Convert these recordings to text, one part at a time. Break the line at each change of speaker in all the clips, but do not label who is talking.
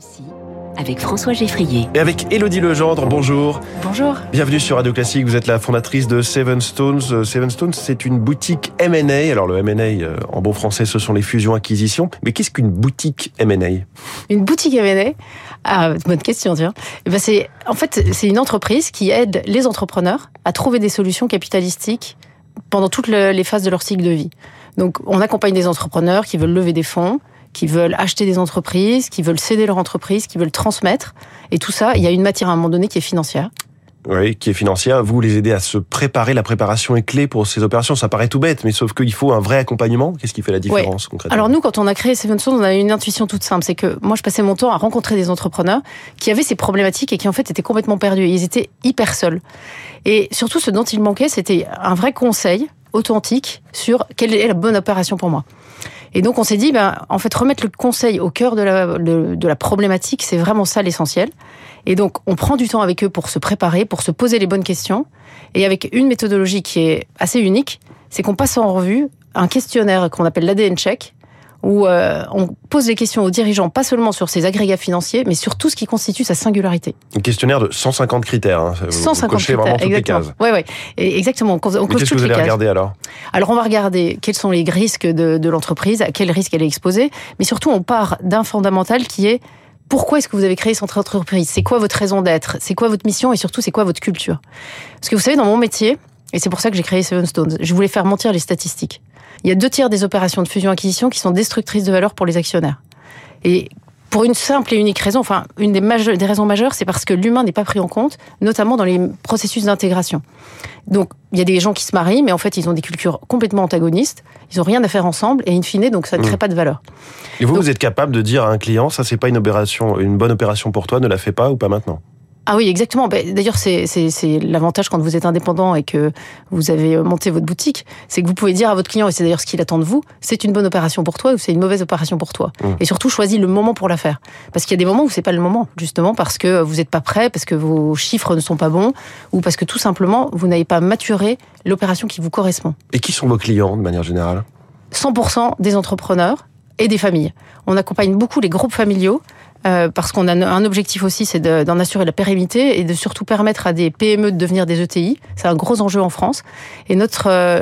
Ici, avec François Geffrier.
Et avec Élodie Legendre, bonjour.
Bonjour.
Bienvenue sur Radio Classique, vous êtes la fondatrice de Seven Stones. Seven Stones, c'est une boutique M&A. Alors le M&A, en bon français, ce sont les fusions-acquisitions. Mais qu'est-ce qu'une boutique M&A ?
Une boutique M&A ? Ah, bonne question, tiens. C'est une entreprise qui aide les entrepreneurs à trouver des solutions capitalistiques pendant toutes les phases de leur cycle de vie. Donc, on accompagne des entrepreneurs qui veulent lever des fonds, qui veulent acheter des entreprises, qui veulent céder leur entreprise, qui veulent transmettre. Et tout ça, il y a une matière à un moment donné qui est financière.
Oui, qui est financière. Vous les aidez à se préparer. La préparation est clé pour ces opérations. Ça paraît tout bête, mais sauf qu'il faut un vrai accompagnement. Qu'est-ce qui fait la différence concrètement ?
Alors nous, quand on a créé Seven Stones, on a eu une intuition toute simple. C'est que moi, je passais mon temps à rencontrer des entrepreneurs qui avaient ces problématiques et qui en fait étaient complètement perdus. Ils étaient hyper seuls. Et surtout, ce dont il manquait, c'était un vrai conseil authentique sur quelle est la bonne opération pour moi. Et donc on s'est dit, en fait, remettre le conseil au cœur de la problématique, c'est vraiment ça l'essentiel. Et donc on prend du temps avec eux pour se préparer, pour se poser les bonnes questions. Et avec une méthodologie qui est assez unique, c'est qu'on passe en revue un questionnaire qu'on appelle l'ADN check, où on pose des questions aux dirigeants, pas seulement sur ses agrégats financiers, mais sur tout ce qui constitue sa singularité.
Un questionnaire de 150 critères. Hein.
150
vous cochez
critères,
vraiment toutes
exactement.
les cases.
Oui, exactement. On coche toutes les cases.
Qu'est-ce que vous allez regarder alors ?
Alors, on va regarder quels sont les risques de l'entreprise, à quel risque elle est exposée, mais surtout, on part d'un fondamental qui est pourquoi est-ce que vous avez créé cette entreprise ? C'est quoi votre raison d'être ? C'est quoi votre mission ? Et surtout, c'est quoi votre culture ? Parce que vous savez, dans mon métier, et c'est pour ça que j'ai créé Seven Stones, je voulais faire mentir les statistiques. Il y a 2/3 des opérations de fusion-acquisition qui sont destructrices de valeur pour les actionnaires. Et pour une simple et unique raison, une des raisons majeures, c'est parce que l'humain n'est pas pris en compte, notamment dans les processus d'intégration. Donc, il y a des gens qui se marient, mais en fait, ils ont des cultures complètement antagonistes, ils n'ont rien à faire ensemble, et in fine, donc ça ne crée pas de valeur.
Et vous êtes capable de dire à un client, ça c'est pas une bonne opération pour toi, ne la fais pas ou pas maintenant ?
Ah oui, exactement. D'ailleurs, c'est l'avantage quand vous êtes indépendant et que vous avez monté votre boutique, c'est que vous pouvez dire à votre client, et c'est d'ailleurs ce qu'il attend de vous, c'est une bonne opération pour toi ou c'est une mauvaise opération pour toi. Et surtout, choisis le moment pour la faire. Parce qu'il y a des moments où c'est pas le moment, justement parce que vous n'êtes pas prêt, parce que vos chiffres ne sont pas bons, ou parce que tout simplement, vous n'avez pas maturé l'opération qui vous correspond.
Et qui sont vos clients, de manière générale ?
100% des entrepreneurs et des familles. On accompagne beaucoup les groupes familiaux, parce qu'on a un objectif aussi, c'est d'en assurer la pérennité et de surtout permettre à des PME de devenir des ETI. C'est un gros enjeu en France. Et une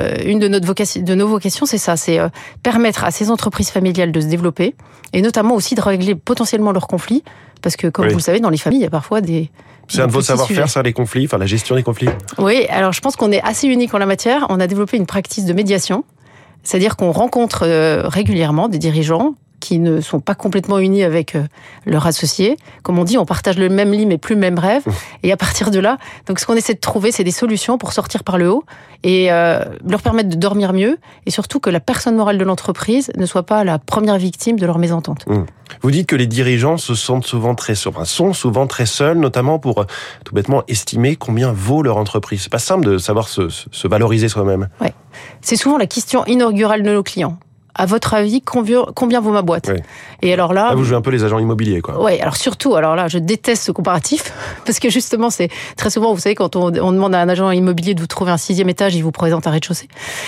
de nos vocations, c'est ça, c'est permettre à ces entreprises familiales de se développer et notamment aussi de régler potentiellement leurs conflits, parce que comme vous le savez, dans les familles, il y a parfois des...
C'est un de vos savoir-faire, ça, les conflits, la gestion des conflits ?
Oui, alors je pense qu'on est assez unique en la matière. On a développé une practice de médiation, c'est-à-dire qu'on rencontre régulièrement des dirigeants qui ne sont pas complètement unis avec leurs associés. Comme on dit, on partage le même lit mais plus le même rêve. Et à partir de là, donc ce qu'on essaie de trouver, c'est des solutions pour sortir par le haut et leur permettre de dormir mieux et surtout que la personne morale de l'entreprise ne soit pas la première victime de leur mésentente.
Vous dites que les dirigeants sont souvent très seuls, notamment pour tout bêtement estimer combien vaut leur entreprise. C'est pas simple de savoir se valoriser soi-même. Ouais.
C'est souvent la question inaugurale de nos clients. À votre avis, combien vaut ma boîte ?
Oui.
Et alors là,
vous jouez un peu les agents immobiliers, quoi.
Oui, alors surtout, je déteste ce comparatif, parce que justement, c'est très souvent, vous savez, quand on demande à un agent immobilier de vous trouver un 6e étage, il vous présente un rez-de-chaussée.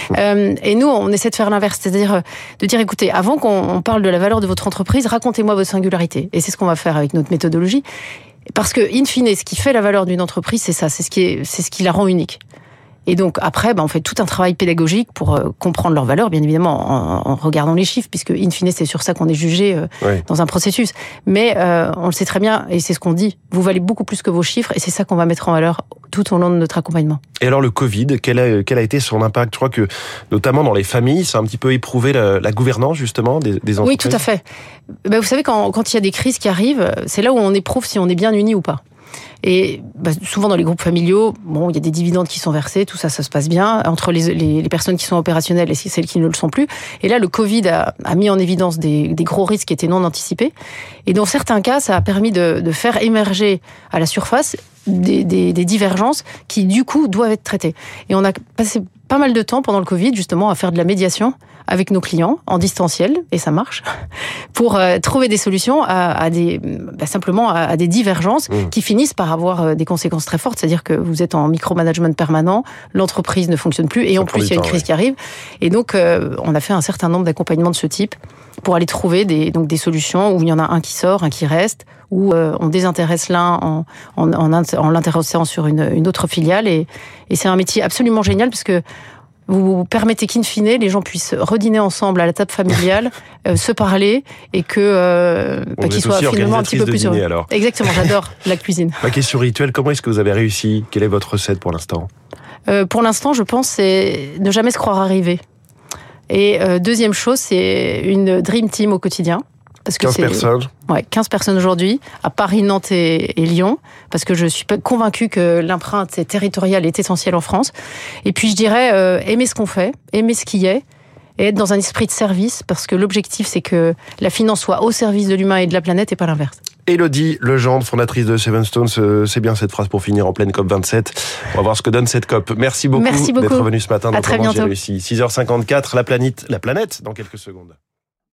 Et nous, on essaie de faire l'inverse, c'est-à-dire de dire, écoutez, avant qu'on parle de la valeur de votre entreprise, racontez-moi votre singularité. Et c'est ce qu'on va faire avec notre méthodologie. Parce que, in fine, ce qui fait la valeur d'une entreprise, c'est ça, c'est ce qui la rend unique. Et donc après, on fait tout un travail pédagogique pour comprendre leur valeur, bien évidemment, en regardant les chiffres, puisque in fine, c'est sur ça qu'on est jugé dans un processus. Mais on le sait très bien, et c'est ce qu'on dit, vous valez beaucoup plus que vos chiffres, et c'est ça qu'on va mettre en valeur tout au long de notre accompagnement.
Et alors le Covid, quel a été son impact ? Je crois que, notamment dans les familles, ça a un petit peu éprouvé la gouvernance, justement, des entreprises.
Oui, tout à fait. Vous savez, quand il y a des crises qui arrivent, c'est là où on éprouve si on est bien unis ou pas. Et souvent dans les groupes familiaux, il y a des dividendes qui sont versés, tout ça, ça se passe bien entre les personnes qui sont opérationnelles et celles qui ne le sont plus. Et là, le Covid a mis en évidence des gros risques qui étaient non anticipés. Et dans certains cas, ça a permis de faire émerger à la surface des divergences qui, du coup, doivent être traitées. Et on a passé pas mal de temps pendant le Covid, justement, à faire de la médiation avec nos clients en distanciel, et ça marche, pour trouver des solutions à des divergences qui finissent par avoir des conséquences très fortes. C'est-à-dire que vous êtes en micromanagement permanent, l'entreprise ne fonctionne plus, et en plus il y a une crise qui arrive. Et donc on a fait un certain nombre d'accompagnements de ce type pour aller trouver des solutions où il y en a un qui sort, un qui reste, où on désintéresse l'un en l'intéressant sur une autre filiale. Et c'est un métier absolument génial parce que vous permettez qu'in fine, les gens puissent redîner ensemble à la table familiale, se parler, et que qu'ils soient finalement un petit peu plus heureux. Alors. Exactement, j'adore la cuisine.
Ma question rituelle, comment est-ce que vous avez réussi ? Quelle est votre recette pour l'instant ?
Pour l'instant, je pense, c'est ne jamais se croire arrivé. Et deuxième chose, c'est une dream team au quotidien. Parce que
15 personnes.
Ouais, 15 personnes aujourd'hui, à Paris, Nantes et Lyon, parce que je suis convaincue que l'empreinte territoriale est essentielle en France. Et puis je dirais, aimer ce qu'on fait, aimer ce qui est, et être dans un esprit de service, parce que l'objectif, c'est que la finance soit au service de l'humain et de la planète, et pas l'inverse.
Élodie Legendre, fondatrice de Seven Stones, c'est bien cette phrase pour finir en pleine COP27. On va voir ce que donne cette COP. Merci beaucoup d'être venu ce matin dans Comment j'ai réussi. 6h54, la planète dans quelques secondes.